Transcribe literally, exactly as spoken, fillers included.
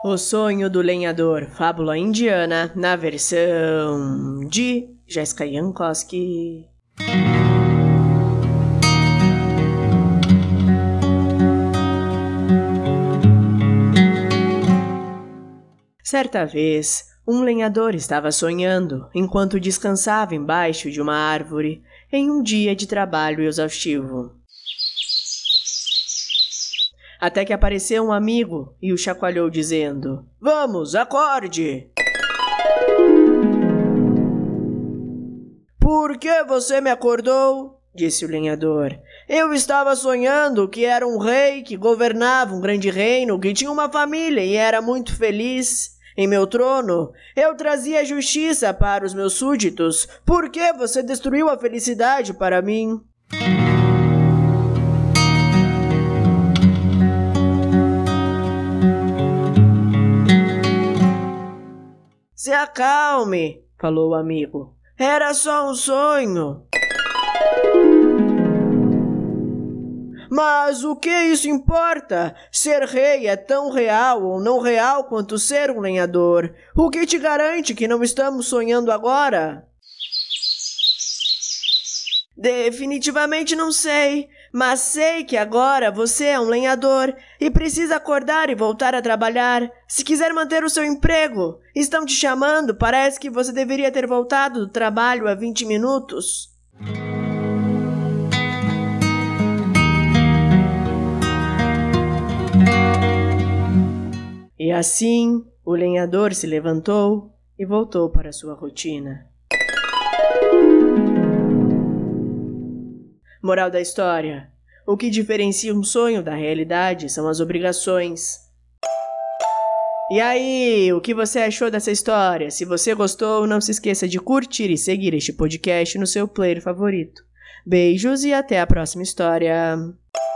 O Sonho do Lenhador, fábula indiana, na versão de Jessica Jankowski. Certa vez, um lenhador estava sonhando enquanto descansava embaixo de uma árvore em um dia de trabalho exaustivo. Até que apareceu um amigo e o chacoalhou dizendo: "Vamos, acorde!" "Por que você me acordou?" disse o lenhador. "Eu estava sonhando que era um rei que governava um grande reino, que tinha uma família e era muito feliz. Em meu trono, eu trazia justiça para os meus súditos. Por que você destruiu a felicidade para mim?" "Se acalme", falou o amigo. "Era só um sonho." "Mas o que isso importa? Ser rei é tão real ou não real quanto ser um lenhador. O que te garante que não estamos sonhando agora?" "Definitivamente não sei, mas sei que agora você é um lenhador e precisa acordar e voltar a trabalhar. Se quiser manter o seu emprego, estão te chamando, parece que você deveria ter voltado do trabalho há vinte minutos." E assim, o lenhador se levantou e voltou para sua rotina. Moral da história: o que diferencia um sonho da realidade são as obrigações. E aí, o que você achou dessa história? Se você gostou, não se esqueça de curtir e seguir este podcast no seu player favorito. Beijos e até a próxima história.